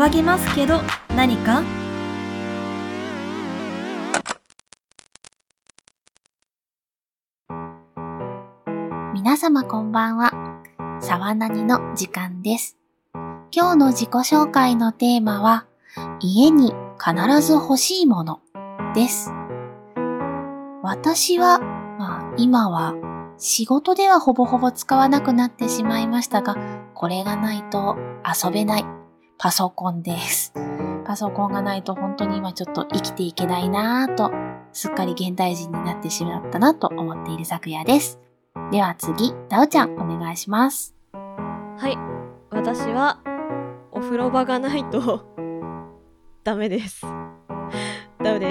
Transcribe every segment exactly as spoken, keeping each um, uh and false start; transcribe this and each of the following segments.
騒げますけど、何か？ 皆様こんばんは。さわなにの時間です。今日の自己紹介のテーマは、家に必ず欲しいものです。私は、まあ今は仕事ではほぼほぼ使わなくなってしまいましたが、これがないと遊べないパソコンです。パソコンがないと本当に今ちょっと生きていけないなぁと、すっかり現代人になってしまったなと思っている昨夜です。では次、ダウちゃんお願いします。 はい、私はお風呂場がないとダメです。ダウです。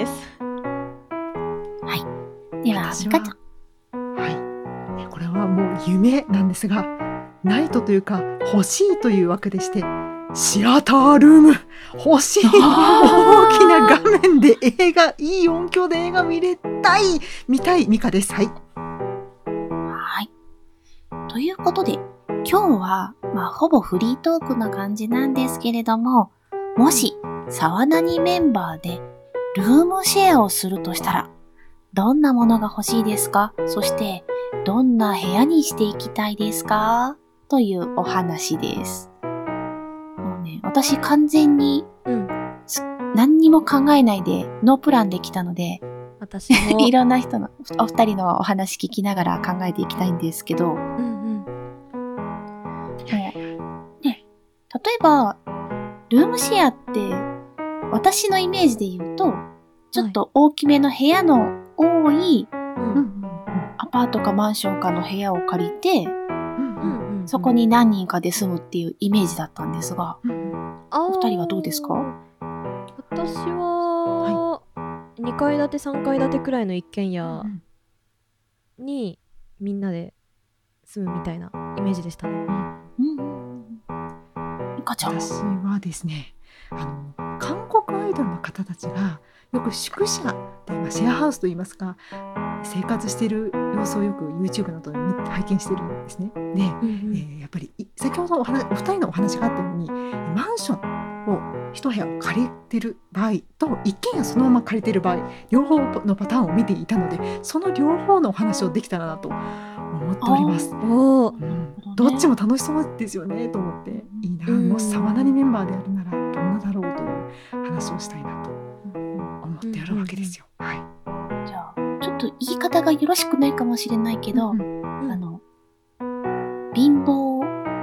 はい。では、ミカちゃん。 はい。これはもう夢なんですが、ないとというか欲しいというわけでして、シアタールーム欲しい。大きな画面で映画、いい音響で映画見れたい、見たいミカです。はい。 はい。ということで、今日は、まあ、ほぼフリートークな感じなんですけれども、もし、さわなにメンバーで、ルームシェアをするとしたら、どんなものが欲しいですか？そして、どんな部屋にしていきたいですか？というお話です。もうね、私完全に、うん、何にも考えないで、ノープランで来たので、 私もいろんな人の、お二人のお話聞きながら考えていきたいんですけど、 うんうん、 ね、例えば、ルームシェアって、私のイメージで言うと、ちょっと大きめの部屋の多い、はい、アパートかマンションかの部屋を借りて、うんうん、そこに何人かで住むっていうイメージだったんですが、うん、お二人はどうですか？ 私は、はい、にかい建てさんかい建てくらいの一軒家にみんなで住むみたいなイメージでしたね。うん。 ミカちゃん。 私はですね、あの韓国アイドルの方たちがよく宿舎で、まあ、シェアハウスといいますか、生活している様子をよく YouTube などで見て拝見してるんですね。で、うんうん、えー、やっぱり先ほどお話お二人のお話があったように、マンションを一部屋を借りてる場合と一軒家そのまま借りてる場合、両方のパターンを見ていたので、その両方のお話をできたらなと思っております。お、うん、どっちも楽しそうですよねと思って、いいな、もしさわなにメンバーでやるならどんなだろうという話をしたいなと思ってやるわけですよ。はい。 じゃあちょっと言い方がよろしくないかもしれないけど、うんうん、あの貧乏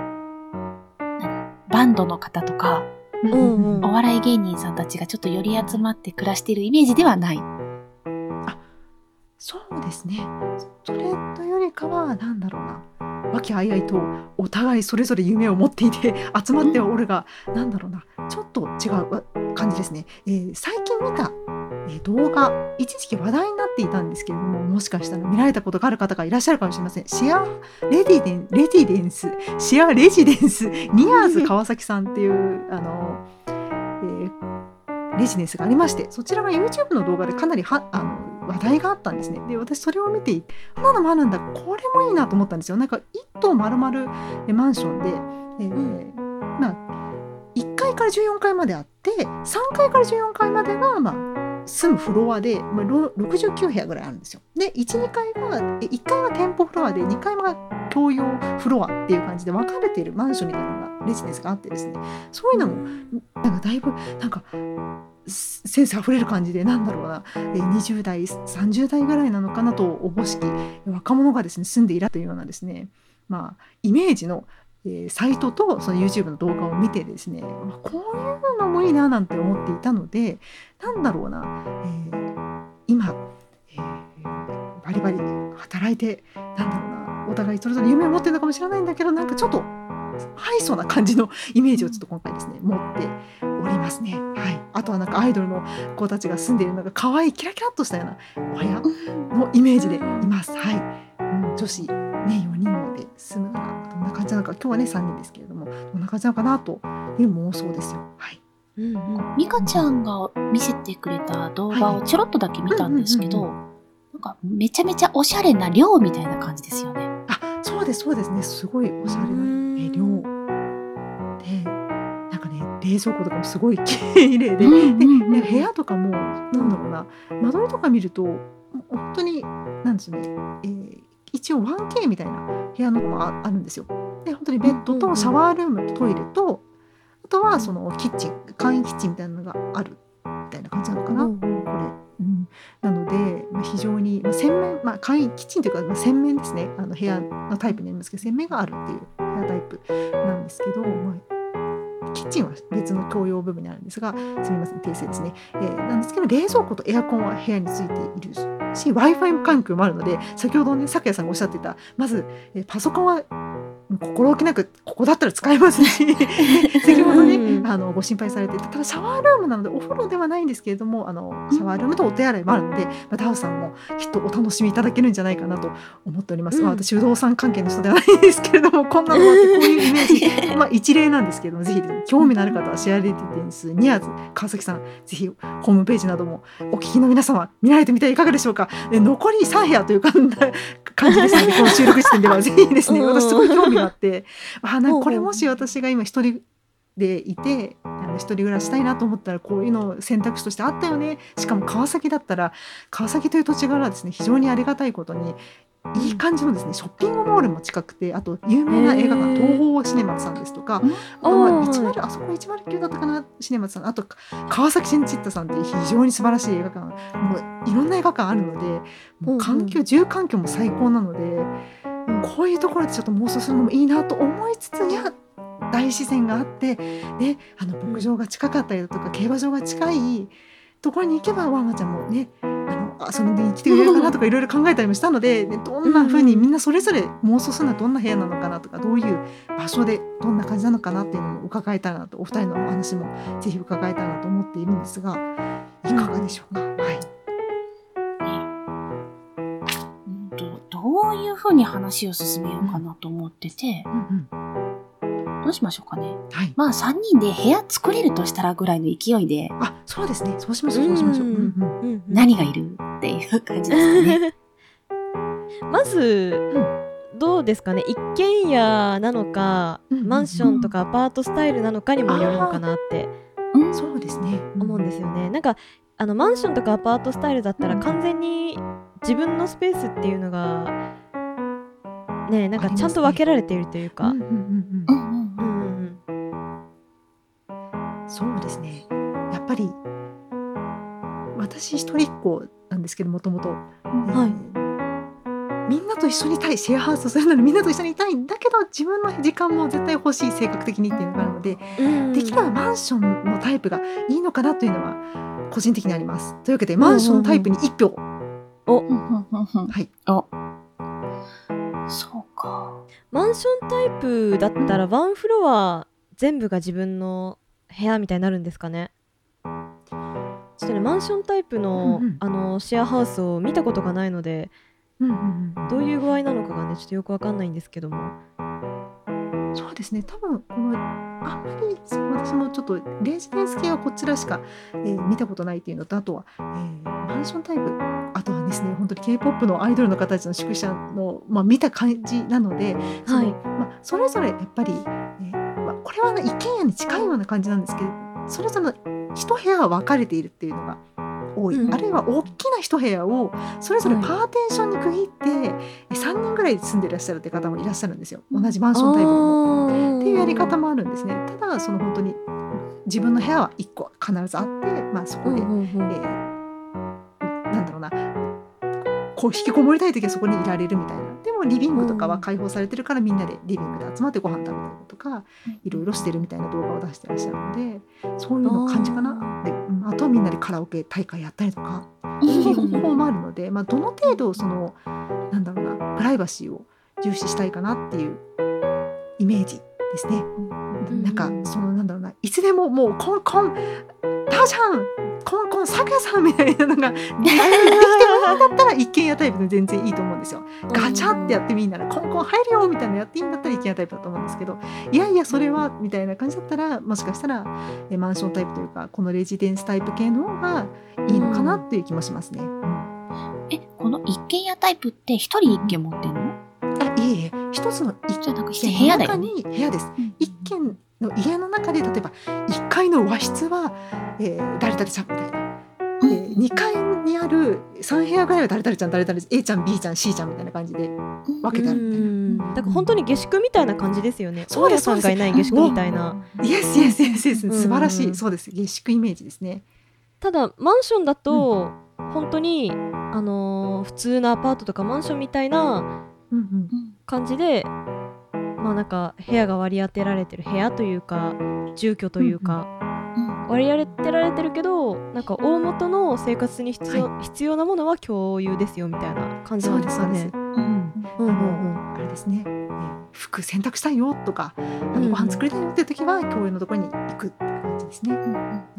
バンドの方とか、うんうん、お笑い芸人さんたちがちょっと寄り集まって暮らしているイメージではない。 あ、そうですね。それとよりかはなんだろうな、和気あいあいとお互いそれぞれ夢を持っていて集まってはおるが、うん、なんだろうな、ちょっと違う感じですね。えー、最近見た、えー、動画、一時期話題になっていたんですけれども、もしかしたら見られたことがある方がいらっしゃるかもしれません。シェアレディデンレディデンスシェアレジデンスニアーズ川崎さんっていうあの、えー、レジデンスがありまして、そちらが YouTube の動画でかなりはあの話題があったんですね。で、私それを見ていて、こんなのもあるんだ、これもいいなと思ったんですよ。なんか一棟丸々マンションで、えーうん、まあいっかいからじゅうよんかいまであって、さんかいからじゅうよんかいまでがまあ住むフロアで、まあ、ろくじゅうきゅうへやぐらいあるんですよ。で、いち、にかいがいっかいは店舗フロアでにかいが共用フロアっていう感じで分かれているマンションみたいなのがレジデンスがあってですね、そういうのもなんかだいぶなんかセンスあふれる感じで、なんだろうな、にじゅう代さんじゅう代ぐらいなのかなとおぼしき若者がですね住んでいるというようなですね、まあイメージのえー、サイトとその YouTube の動画を見てですね、こういうのもいいななんて思っていたので、なんだろうな、えー、今、えー、バリバリ働いて、なんだろうな、お互いそれぞれ夢を持ってるのかもしれないんだけど、なんかちょっとハイソな感じのイメージをちょっと今回ですね持っておりますね。はい。あとはなんかアイドルの子たちが住んでいるのが可愛いキラキラっとしたようなお部屋のイメージでいます。はい。うん、女子ね、よにんで住むならどんな感じなのか、今日はねさんにんですけれども、どんな感じなのかなという妄想ですよ。はい。 うんうん、ミカちゃんが見せてくれた動画をちょろっとだけ見たんですけど、なんかめちゃめちゃおしゃれな寮みたいな感じですよね。 あ、そうですそうですね。すごいおしゃれな、ね、寮で、なんかね冷蔵庫とかもすごい綺麗で、 うんで、 うんうんで部屋とかもなんだろうな、間取りとか見ると本当になんですよね、えー一応 ワンケー みたいな部屋のもああるんですよ。で本当にベッドうんうんうんとシャワールームとトイレと、あとはそのキッチン、簡易キッチンみたいなのがあるみたいな感じなのかな、 うんうんこれ。うん、なので、まあ、非常に、まあ、洗面、まあ、簡易キッチンというか、まあ、洗面ですね、あの部屋のタイプになりますけど、洗面があるっていう部屋タイプなんですけど、まあ、キッチンは別の共用部分にあるんですが、すみません訂正ですね、えーなんですけど、冷蔵庫とエアコンは部屋についているし、 Wi-Fi 環境もあるので、先ほどね咲夜さんがおっしゃってた、まず、えーパソコンは心置きなくここだったら使えますし先ほどね、 うんあのご心配されていた、ただシャワールームなのでお風呂ではないんですけれども、あのシャワールームとお手洗いもあるので、まあ、ダウさんもきっとお楽しみいただけるんじゃないかなと思っております、 うんまあ、私不動産関係の人ではないんですけれども、こんなのもあってこういうイメージまあ一例なんですけれども、ぜひですね、興味のある方はシェアレディテンスニアーズ川崎さん、ぜひホームページなどもお聞きの皆様見られてみてはいかがでしょうか。で残りさん部屋というか感じですので、この収録時点ではぜひですね、 うん私すごい興味があってあなんかこれほうほうもし私が今一人でいて、あの一人暮らししたいなと思ったらこういうの選択肢としてあったよね。しかも川崎だったら、川崎という土地柄はですね、非常にありがたいことにいい感じのですね、ショッピングモールも近くて、あと有名な映画館へー東宝シネマズさんですとか、 うんあとまあおーいちまるあそこいちまるきゅうだったかな、シネマズさん、あと川崎シンチッタさんっていう非常に素晴らしい映画館、もういろんな映画館あるので、もう環境、住環境も最高なので、こういうところでちょっと妄想するのもいいなと思いつつ、いや大自然があって、であの牧場が近かったりだとか、競馬場が近いところに行けばワンワちゃんもね、あの遊んできてくれるかなとかいろいろ考えたりもしたので、でどんな風にみんなそれぞれ妄想するのはどんな部屋なのかなとか、どういう場所でどんな感じなのかなっていうのも伺えたらなと、お二人のお話もぜひ伺えたらなと思っているんですが、いかがでしょうか。はい、 うんとどういうふうに話を進めようかなと思ってて、 うんどうしましょうかね。 うん、はい、 まあさんにんで部屋作れるとしたらぐらいの勢いで、 あ、そうですね、そうしましょう、そうしましょう。うんうんうんうん何がいるっていう感じですかね。 まず、どうですかね、一軒家なのか、 うんうんうんマンションとかアパートスタイルなのかにもよるのかなってうんそうですね、 思うんですよね。なんかあのマンションとかアパートスタイルだったら完全に自分のスペースっていうのがね、なんかちゃんと分けられているというか、 うんうんうんうんうんうんうんうんそうですね。やっぱり私一人っ子なんですけど、もともとみんなと一緒にいたい、シェアハウスをするのにみんなと一緒にいたいんだけど、自分の時間も絶対欲しい、性格的にっていうのがあるので、 うんできればマンションのタイプがいいのかなというのは個人的にあります。というわけでマンションタイプにいち票。 うんうんうんうんはい。 おそうか。 マンションタイプだったらワンフロア全部が自分の部屋みたいになるんですかね。ちょっとね、マンションタイプの、 うんうんあのシェアハウスを見たことがないので、 うんうんうんどういう具合なのかがねちょっとよくわかんないんですけども。 そうですね、多分このあんまりそう私もちょっとレジデンス系はこちらしか、えー見たことないっていうのと、あとは、えーマンションタイプ、あとはですね、本当に K-ポップ のアイドルの方たちの宿舎の、まあ、見た感じなので、そのはいまあ、それぞれやっぱり、えーまあ、これは、ね、一軒家に近いような感じなんですけど、それぞれ一部屋が分かれているっていうのが多い、 うんあるいは大きな一部屋をそれぞれパーテーションに区切って、えさんにんぐらい住んでいらっしゃるって方もいらっしゃるんですよ、同じマンションタイプでも。っていうやり方もあるんですね。ただその本当に自分の部屋はいっこ必ずあって、まあ、そこで、 うんうんうんえーなんだろうな、こう引きこもりたい時はそこにいられるみたいな。でもリビングとかは開放されてるから、みんなでリビングで集まってご飯食べたりとかいろいろしてるみたいな動画を出してらっしゃるので、そういうの感じかな。で、うんあとはみんなでカラオケ大会やったりとかっていう方法もあるので、まあ、どの程度そのなんだろうな、プライバシーを重視したいかなっていうイメージですね。なんかそのなんだろうな、いつでももうコンコンタオちゃんコンコンサクヤさんみたいなのができてもいいんだったら一軒家タイプで全然いいと思うんですよ。ガチャってやってみんならコンコン入るよみたいなのやっていいんだったら一軒家タイプだと思うんですけど、いやいやそれはみたいな感じだったら、もしかしたらえマンションタイプというかこのレジデンスタイプ系の方がいいのかなっていう気もしますね。うんえ、この一軒家タイプって一人一軒持ってんの？ あいえいえ、一つの一じゃなくて軒部屋だよね。 の中に部屋です。 うん一軒の家の中で例えばいっかいの和室は、えー、誰々ちゃんみたいな、えー、にかいにあるさん部屋ぐらいは誰々ちゃん誰々 A ちゃん B ちゃん C ちゃんみたいな感じで分けてあるみたいな。 うんだから本当に下宿みたいな感じですよね。 そうです大家さんがいない下宿みたいな。 イエスイエスイエスイエス、 うん素晴らしい。そうです、下宿イメージですね。 ただマンションだと、本当にあのー普通のアパートとかマンションみたいなうんうん感じで、まあなんか部屋が割り当てられてる、部屋というか住居というか、割り当てられてるけど、なんか大元の生活に必要、 は必要なものは共有ですよみたいな感じそなうんですそうです。 ですかね。 うんうんうんうんあれですね、えー服洗濯したいよとか、あうんのご飯作りたいよっていう時は共有のところに行くって感じですね。 あ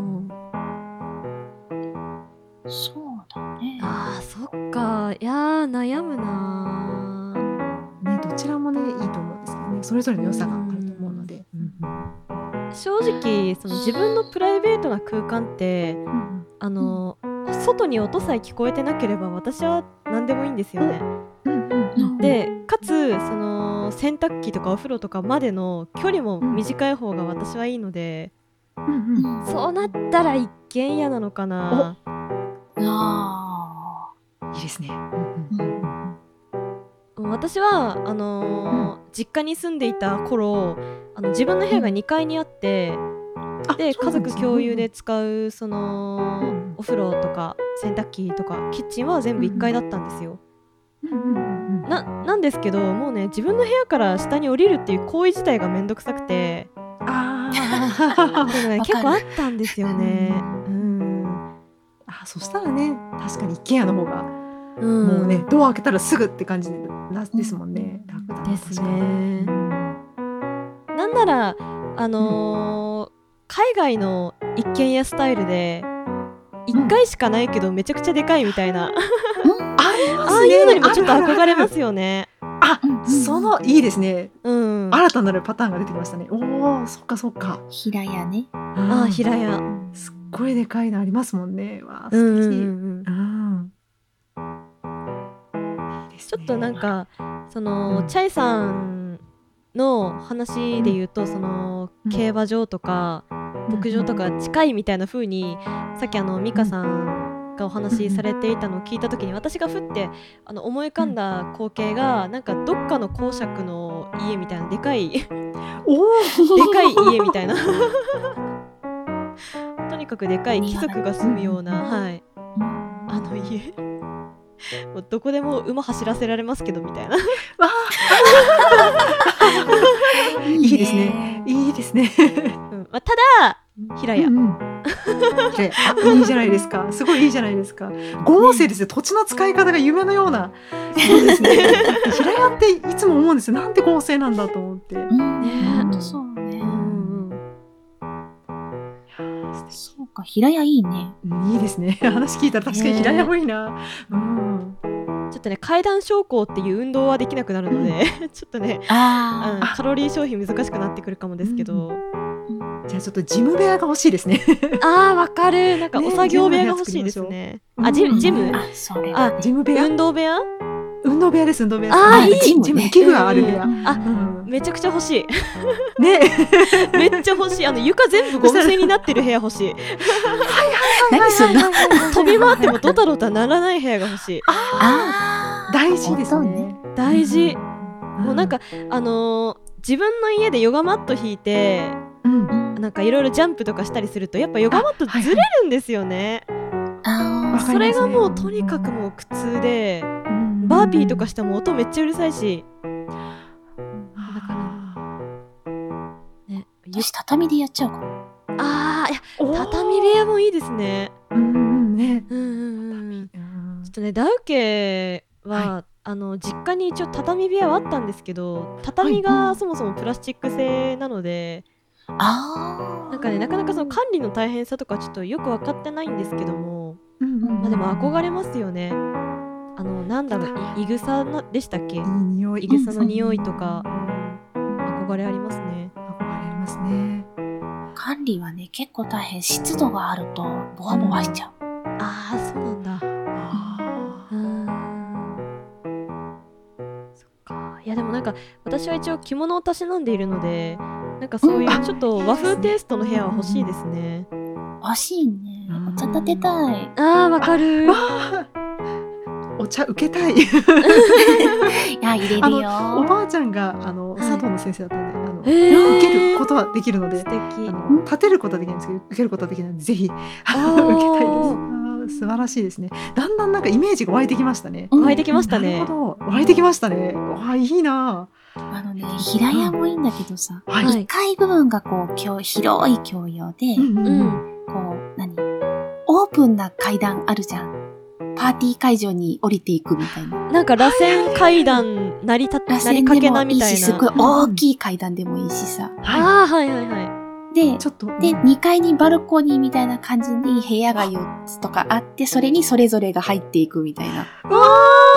そうだね。 あーそっか。いやー悩むなー。 ね、どちらもねいいと思うんですけどね、それぞれの良さがあると思うので。 正直その自分のプライベートな空間ってうんあの、外に音さえ聞こえてなければ私は何でもいいんですよね。 うんうんうんでかつその洗濯機とかお風呂とかまでの距離も短い方が私はいいので、 うんうんそうなったら一軒家なのかな。 あいいですね。 私はあのー実家に住んでいた頃、あの自分の部屋がにかいにあって、 あで家族共有でそう使うその、 うんお風呂とか洗濯機とかキッチンは全部いっかいだったんですよ。 なんですね。うんうんうんうんななんですけど、もうね自分の部屋から下に降りるっていう行為自体がめんどくさくて、 あっていうのがねわかる結構あったんですよね。 ううん、 あ、そしたらね、確かに一軒家の方がうん、 もうね、ドア開けたらすぐって感じなですもんね。楽だなです確かにね。 うんなんならあのー海外の一軒家スタイルでいっかいしかないけどめちゃくちゃでかいみたいな、 ありますね。 ああいうのにもちょっと憧れまよ。 すよね。 あ、そのいいですね。 うん、 新たなるパターンが出てきましたね。おお、そっかそっか。 あ、平屋ね。 ああ平屋。 すっごいでかいのありますもんね。わあ、 うんうん素敵。 うんうんうんいいですねちょっとなんかその、 うんチャイさんの話で言うと、そのうん競馬場とか牧場とか近いみたいな風に、さっきあのミカさんがお話しされていたのを聞いた時に、私がふってあの思い浮かんだ光景が、なんかどっかの公爵の家みたいなでかいでおお、 かい家みたいなとにかくでかい貴族が住むような、はいあの家もうどこでも馬走らせられますけどみたいなわあ、いいですね。いいですね。 うんまあ、ただ平屋、 うんうんであいいじゃないですか。すごいいいじゃないですか。豪勢ですよ。土地の使い方が夢のような。そうですね。平屋っていつも思うんですよ。なんて豪勢なんだと思って。 うん、 ねほんとそうね。 うんうんそうか、平屋いいね。 うんいいですね。話聞いたら確かに平屋もいいな。うん。 ちょっとね階段昇降っていう運動はできなくなるので、ちょっとね、 あうんカロリー消費難しくなってくるかもですけど、 じゃあちょっとジム部屋が欲しいですね。 あーわかる。なんかねお作業部屋が欲しいですね。あジうんムジム、 あ、それあは。 ジム部屋運動部屋運動部屋です運動部屋です。 あーいいジムジムね器具がある部屋。 うんあうんめちゃくちゃ欲しいね。 めっちゃ欲しい。あの床全部ゴム製になってる部屋欲しい。 何すんの？ 飛び回ってもドタドタならない部屋が欲しい。 あー大事です本当ね。 大事。 うんもうなんかあのー自分の家でヨガマット引いてうんなんかいろいろジャンプとかしたりするとやっぱヨガマットずれるんですよね。 あーそわかりますねれがもうとにかくもう苦痛で、 うんバービーとかしても音めっちゃうるさいし、 だからね、 私畳でやっちゃうかも。 あーいや畳部屋もいいですね。 うんうんね。 うんうんうんうんちょっとねダウ家は、あの実家に一応畳部屋はあったんですけど、畳がそもそもプラスチック製なので、 あなんかねなかなかその管理の大変さとかちょっとよく分かってないんですけども、 うんうんまあでも憧れますよね。あのなんだろういいぐさなでしたっけ、 いい匂い。 いぐさの匂いとか、憧れありますね。 憧れますね。 ー管理はね、結構大変。湿度があると、ボワボワしちゃう。 ああそうなんだ。 あうーんそっか。いやでもなんか私は一応着物をたしなんでいるので、 なんかそういうちょっと和風テイストの部屋は欲しいですね。 欲しいね。お茶立てたい。 あーわかる。 わあお茶受けたい。 いや、入れあるよ。 のおばあちゃんがあの、 はい佐藤の先生だったんで、あの、 えー受けることはできるので素、敵。 あの立てることはできないんですけど受けることはできないのでぜひあのおー受けたいです。あー素晴らしいですね。だんだんなんかイメージが湧いてきましたね。 うん湧いてきましたなるね。 ほど湧いてきましたね。わあいいな。 あのね、平屋もいいんだけどさ、 はい。 はいいっかい部分がこう、今日広い共用で、 うんうんうんうん。 こう、何オープンな階段あるじゃん。パーティー会場に降りていくみたいな。 なんか螺旋階段成りた螺成りか旋でもけないみたいいし、すごいな。 大きい階段でもいいしさ。 はああはいはいはい。 でい。、ちょっとで、にかいにバルコニーみたいな感じに部屋がよっつとかあって、それにそれぞれが入っていくみたいな。 うわ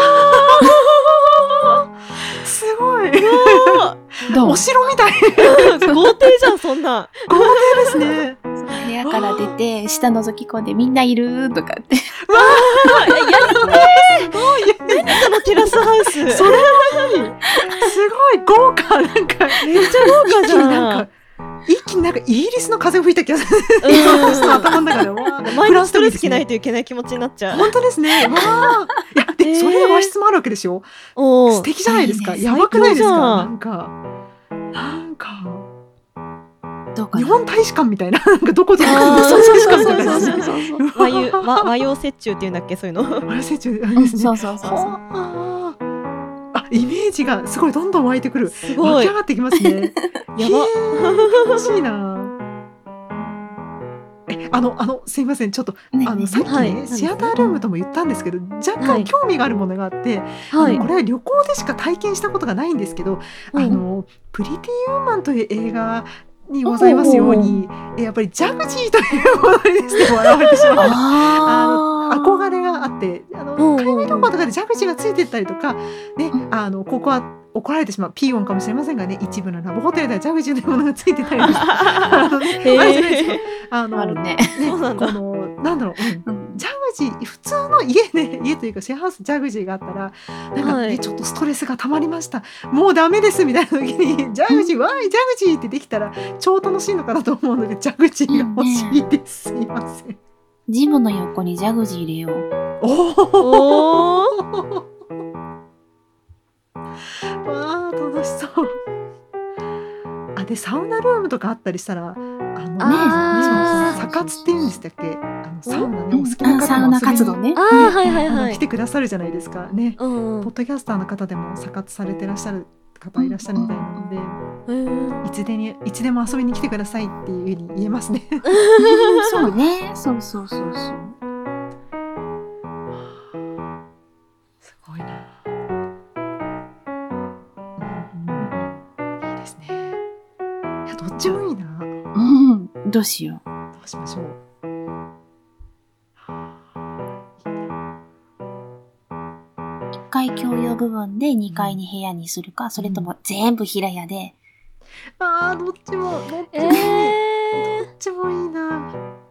ーすごい。 どうお城みたい。 豪邸じゃんそんな。 豪邸ですね。 部屋から出て、下覗き込んでみんないるとかって。 あやりたい。何そのテラスハウス。 それは何すごい豪華。なんかめっちゃ豪華じゃん。 なんか一気になんかイギリスの風が吹いた気がする。 うん私の頭の中でわー毎日ストレス着フランスないといけない気持ちになっちゃう。 本当ですね。わあ。いやで、 えーそれで和室もあるわけでしょ。 おー素敵じゃないですか。 いいねやばくないですか。 最高じゃんなんかなんかどうかな。 日本大使館みたいななんかどこであーそう大使館みたいなそう感じで。 そうそうそう。 和洋和和洋折衷っていうんだっけそういうの。 あれ成長あれうんですね。 そうそうそうそう。 はあ。あ、イメージがすごいどんどん湧いてくる。 すごい湧き上がってきますね。 やば。 へー楽しいな。え、あの、あの、すいません、ちょっと、 ねあの、さっきね、 はいシアタールームとも言ったんですけど、若はい干興味があるものがあって、 はいあのこ。れは旅行でしか体験したことがないんですけど、 うんあの、プリティウーマンという映画にございますように、えやっぱりジャグジーというものにですね、笑われてしまう。ああの憧れがあってあのうんうんうん海外旅行とかでジャグジーがついてったりとか、ねうんあのここは怒られてしまうピー音かもしれませんがね、一部のラブホテルではジャグジーというものがついてたりとかあの、ね、 へーあるじゃないですか。あのあるね。 ねそうなんだこのなんだろう、うんうんジャグジー普通の家ね家というかシェアハウスジャグジーがあったらなんかね、 はいちょっとストレスが溜まりましたもうダメですみたいな時にジャグジーわーいジャグジーってできたら超楽しいのかなと思うのでジャグジーが欲しいです。すいません。 ジムの横にジャグジー入れよう。 おおお。わあ楽しそう。あでサウナルームとかあったりしたらあのねあーそうそうサ活って言うんでしたっけあのサウナねお好きあな方もサウナ活動遊びにね。 あーはいはいあの来はい。 てくださるじゃないですかね。 うんうん。 ポッドキャスターの方でもサ活されてらっしゃる方いらっしゃるみたいなので、 うんいつでにいつでも遊びに来てくださいっていうふうに言えますね。 そうね。そうそうそうそう。 すごいな。うんいいですね。いやどっちもいいな。 うん。どうしよう。 どうしましょう。 いっかい共用部分でにかいに部屋にするか、それとも全部平屋で。 ああどっちもどっちもいい、 えどっちもいいな。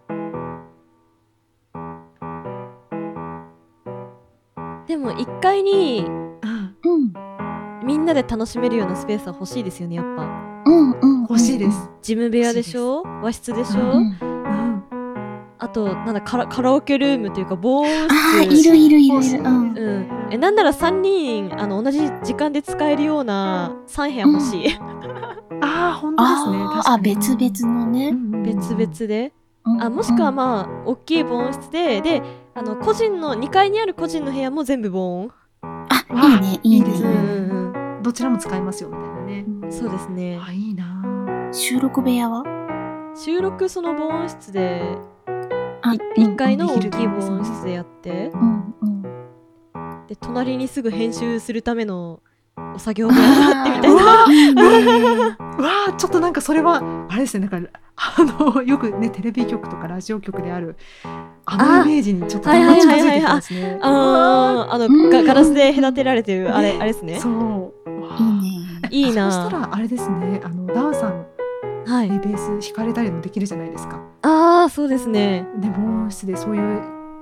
ー、でも一階にうんうん。 みんなで楽しめるようなスペースは欲しいですよねやっぱ。 うんうん。 欲しいで。す。 ジム部屋でしょ和室でしょ、 ううん。 うんあとなんだカラカラオケルームというか防音室。 ああ、いるいるいるいる。うん。 うん、えなんならさんにんあの同じ時間で使えるようなさん部屋欲しい、 ああ本当ですね。 あー確かにあ、別々のね。 別々で、 うんあもしくはまあ大きい防音室でであの個人のにかいにある個人の部屋も全部防音、 あ、 わあいいね、いいね。 いいですねうんうんどちらも使えますよみたいなね。 うん、そうですね。 あいいな。 収録部屋は収録その防音室であ、 いっかいの大できるきい防音室でやってうんうん。 で隣にすぐ編集するためのお作業部屋があってみたいな。 いいね。 わあちょっとなんかそれはあれですねなんかあのよくねテレビ局とかラジオ局であるあのイメージにちょっとだんだん近づいてきたんですね。 あーあのうんガガラスで隔てられてるあれあれですね。 そうわあいいね。 いいな。 そうしたらあれですねあのダンさんはい。 ねベース弾かれたりもできるじゃないですか。 ああそうですね。 で防音室でそういう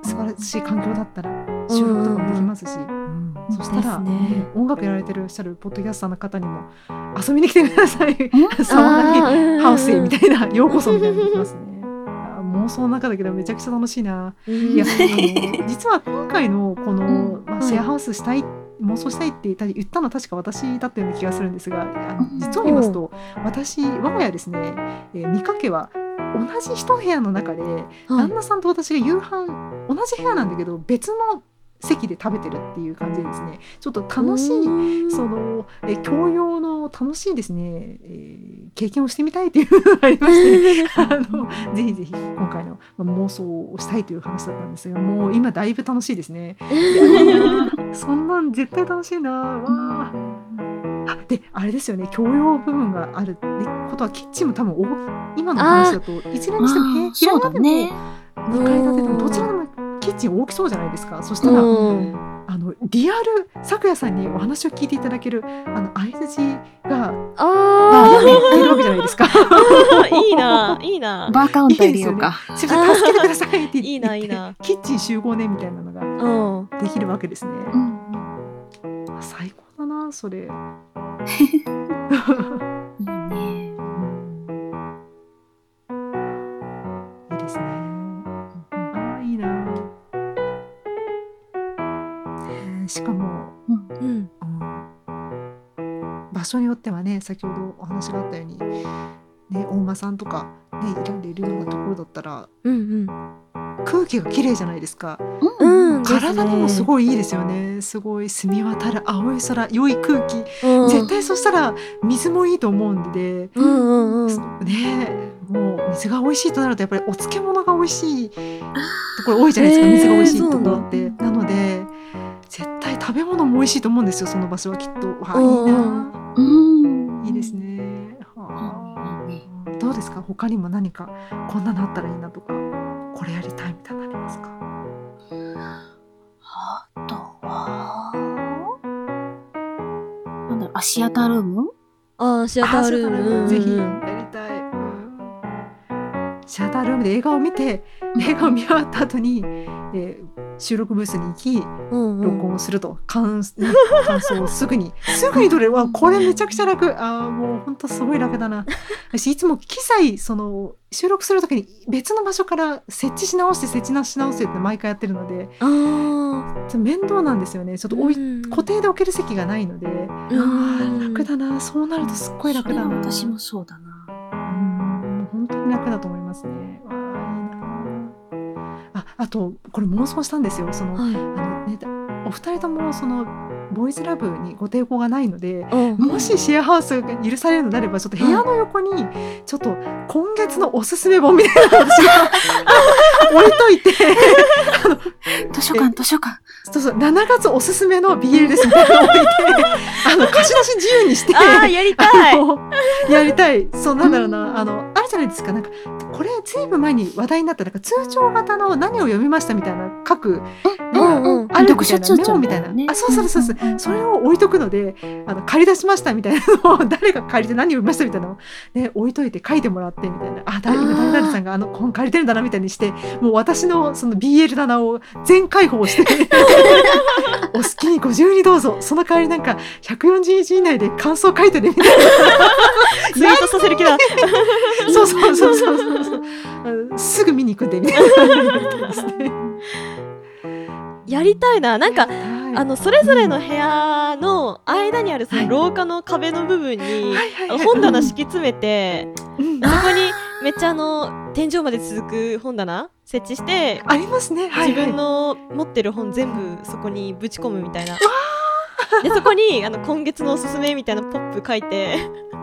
素晴らしい環境だったら収録とかもできますし、うんうん、そしたら、 ですねね、音楽やられてるおっしゃるポッドキャスターの方にも遊びに来てください沢田にハウスへみたいなようこそみたいなのできますね妄想の中だけどめちゃくちゃ楽しいな。いやあの実は今回のこの、まあ、シェアハウスしたい妄想したいって言ったのは確か私だったような気がするんですが、あの実を言いますと私我が家ですね、えー、三掛家は同じ一部屋の中で、はい、旦那さんと私が夕飯同じ部屋なんだけど別の席で食べてるっていう感じでですね、ちょっと楽しいそのえ教養の楽しいですね、えー、経験をしてみたいというのがありましてあのぜひぜひ今回の妄想をしたいという話だったんですが、もう今だいぶ楽しいですねそんなん絶対楽しいな。わあであれですよね、教養部分があるってことはキッチンも多分今の話だといずれにしても平屋でもにかい建てでもどちらでもキッチン大きそうじゃないですか。そしたら、うん、あのリアル咲夜さんにお話を聞いていただけるあの相づちがあーいるわけじゃないですかいいないいなバーカウンター入れようか。 すいません助けてくださいって言っていいないいなキッチン集合ねみたいなのができるわけですね、うん、最高だなそれいいねいいですね。しかも、うんうんうん、場所によってはね先ほどお話があったように、ね、大間さんとか、ね、選んでいるようなところだったら、うんうん、空気が綺麗じゃないですか、うんうん、体にもすごいいいですよね。すごい澄み渡る青い空良い空気、うん、絶対そしたら水もいいと思うんで、うんうんうん、ねもう水が美味しいとなるとやっぱりお漬物が美味しいところ多いじゃないですか。水が美味しいところって、なので絶対食べ物も美味しいと思うんですよその場所はきっと。わあいいな、うん、いいですね。はあ、どうですか他にも何かこんなのあったらいいなとかこれやりたいみたいなのありますか？ あとはなんだろう、あシアタールームあシアタールームぜひやりたい、うん、シアタールームで映画を見て映画を見終わった後に、えー収録ブースに行き、うんうん、録音をすると感, 感想をすぐにすぐに撮れる。わこれめちゃくちゃ楽。あもうほんとすごい楽だな。私いつも機材その収録するときに別の場所から設置し直して設置し直してって毎回やってるのであ面倒なんですよね。ちょっとおい、うん、固定で置ける席がないので、うん、あ楽だな。そうなるとすっごい楽だな。 私もそうだな。 うん本当に楽だと思いますね。あ, あとこれ妄想したんですよ。その、はい、あのね、お二人ともそのボーイズラブにご抵抗がないので、うん、もしシェアハウスが許されるのであればちょっと部屋の横にちょっと今月のおすすめ本みたいなのを私が置いといて図書館図書館そうそうしちがつおすすめの ビーエル ですみたいなのを置いてあの貸し出し自由にしてあやりたいやりたい。そうなんだろうな、あのあるじゃないですか。なんかこれずいぶん前に話題になったなんか通帳型の何を読みましたみたいな書く、うんうん、あるみたいなメモみたいな、ね、あそうそうそうそう、うんうん、それを置いとくのであの借り出しましたみたいなのを誰が借りて何を読みましたみたいなのを、ね、置いといて書いてもらってみたいな、あ誰今誰々さんがあの本借りてるんだなみたいにしてもう私のその ビーエル 棚を全開放してお好きにご自由にどうぞ、その代わりなんかひゃくよんじゅうにち以内で感想書いてねみたいなツイートさせる気だそうそうそうそうそうすぐ見に行くんでみたいなですねやりたいな。なんかあのそれぞれの部屋の間にあるその廊下の壁の部分に本棚敷き詰めて、うん、そこにめっちゃあの天井まで続く本棚設置してありますね、はいはい、 自分の持ってる本全部そこにぶち込むみたいなでそこにあの今月のおすすめみたいなポップ書いて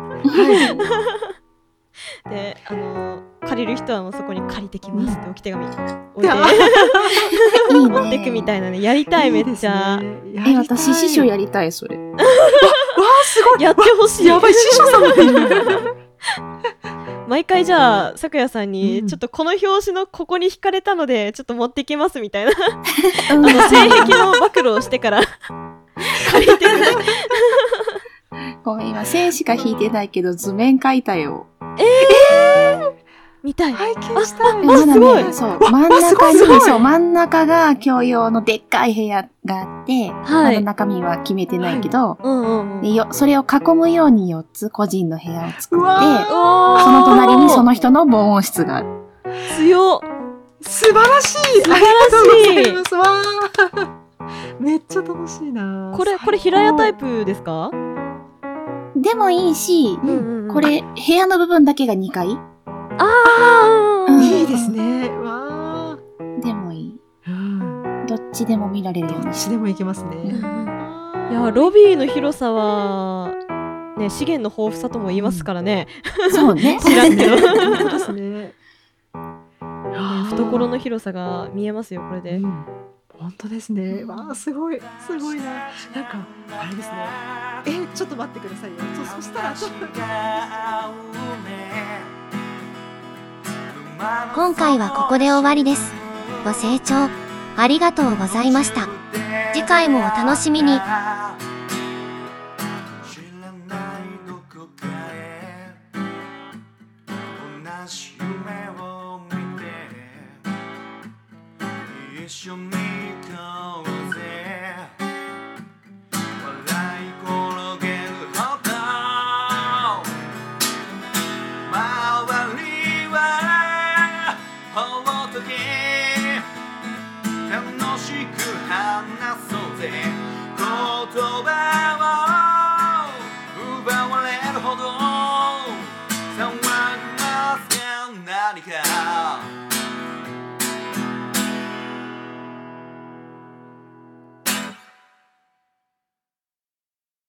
であの借りる人はもうそこに借りてきますって置き手紙置いて持ってくみたいなね。やりたいめっちゃ。 いいえ私師匠やりたいそれ。わあすごい。 やってほしい。 やばい師匠さんもいる。 毎回じゃあ咲夜さんに、うん、ちょっとこの表紙のここに惹かれたのでちょっと持ってきますみたいなあの性癖の暴露をしてから借りてくごめん今線しか引いてないけど図面描いたよ。 えー、 見たい。 拝見したい。 まだすごいね、そう、真ん中すごいすごいに、そう、真ん中が共用のでっかい部屋があって、 はいまだ中身は決めてないけど、 うんうんうん。 でよそれを囲むようによっつ個人の部屋を作うわって、 ーそその隣にその人の防音室がある。 強っ。 素晴らしい。 素晴らしいありがとうございます。わーめっちゃ楽しいな。 これこれ平屋タイプですか？ でもいいし、 うんうんうんこれ部屋の部分だけがにかいあうんいいですね。わーでもいい。 うん。 どっちでも見られるようにしどっちでもいけますね。 うんうんいやロビーの広さはね資源の豊富さとも言いますからね。 て。そうね。 知らんけど本当ですね。 懐の広さが見えますよこれで。 うん本当ですね。わあすごいすごいな。なんかあれですね。えちょっと待ってくださいよ。そそしたらちょっと今回はここで終わりです。ご清聴ありがとうございました。次回もお楽しみに。 知らないどこかへ同じ夢を見て一緒に行こうぜ笑い転げるほど周りはほっとけ楽しく話そうぜ言葉を奪われるほど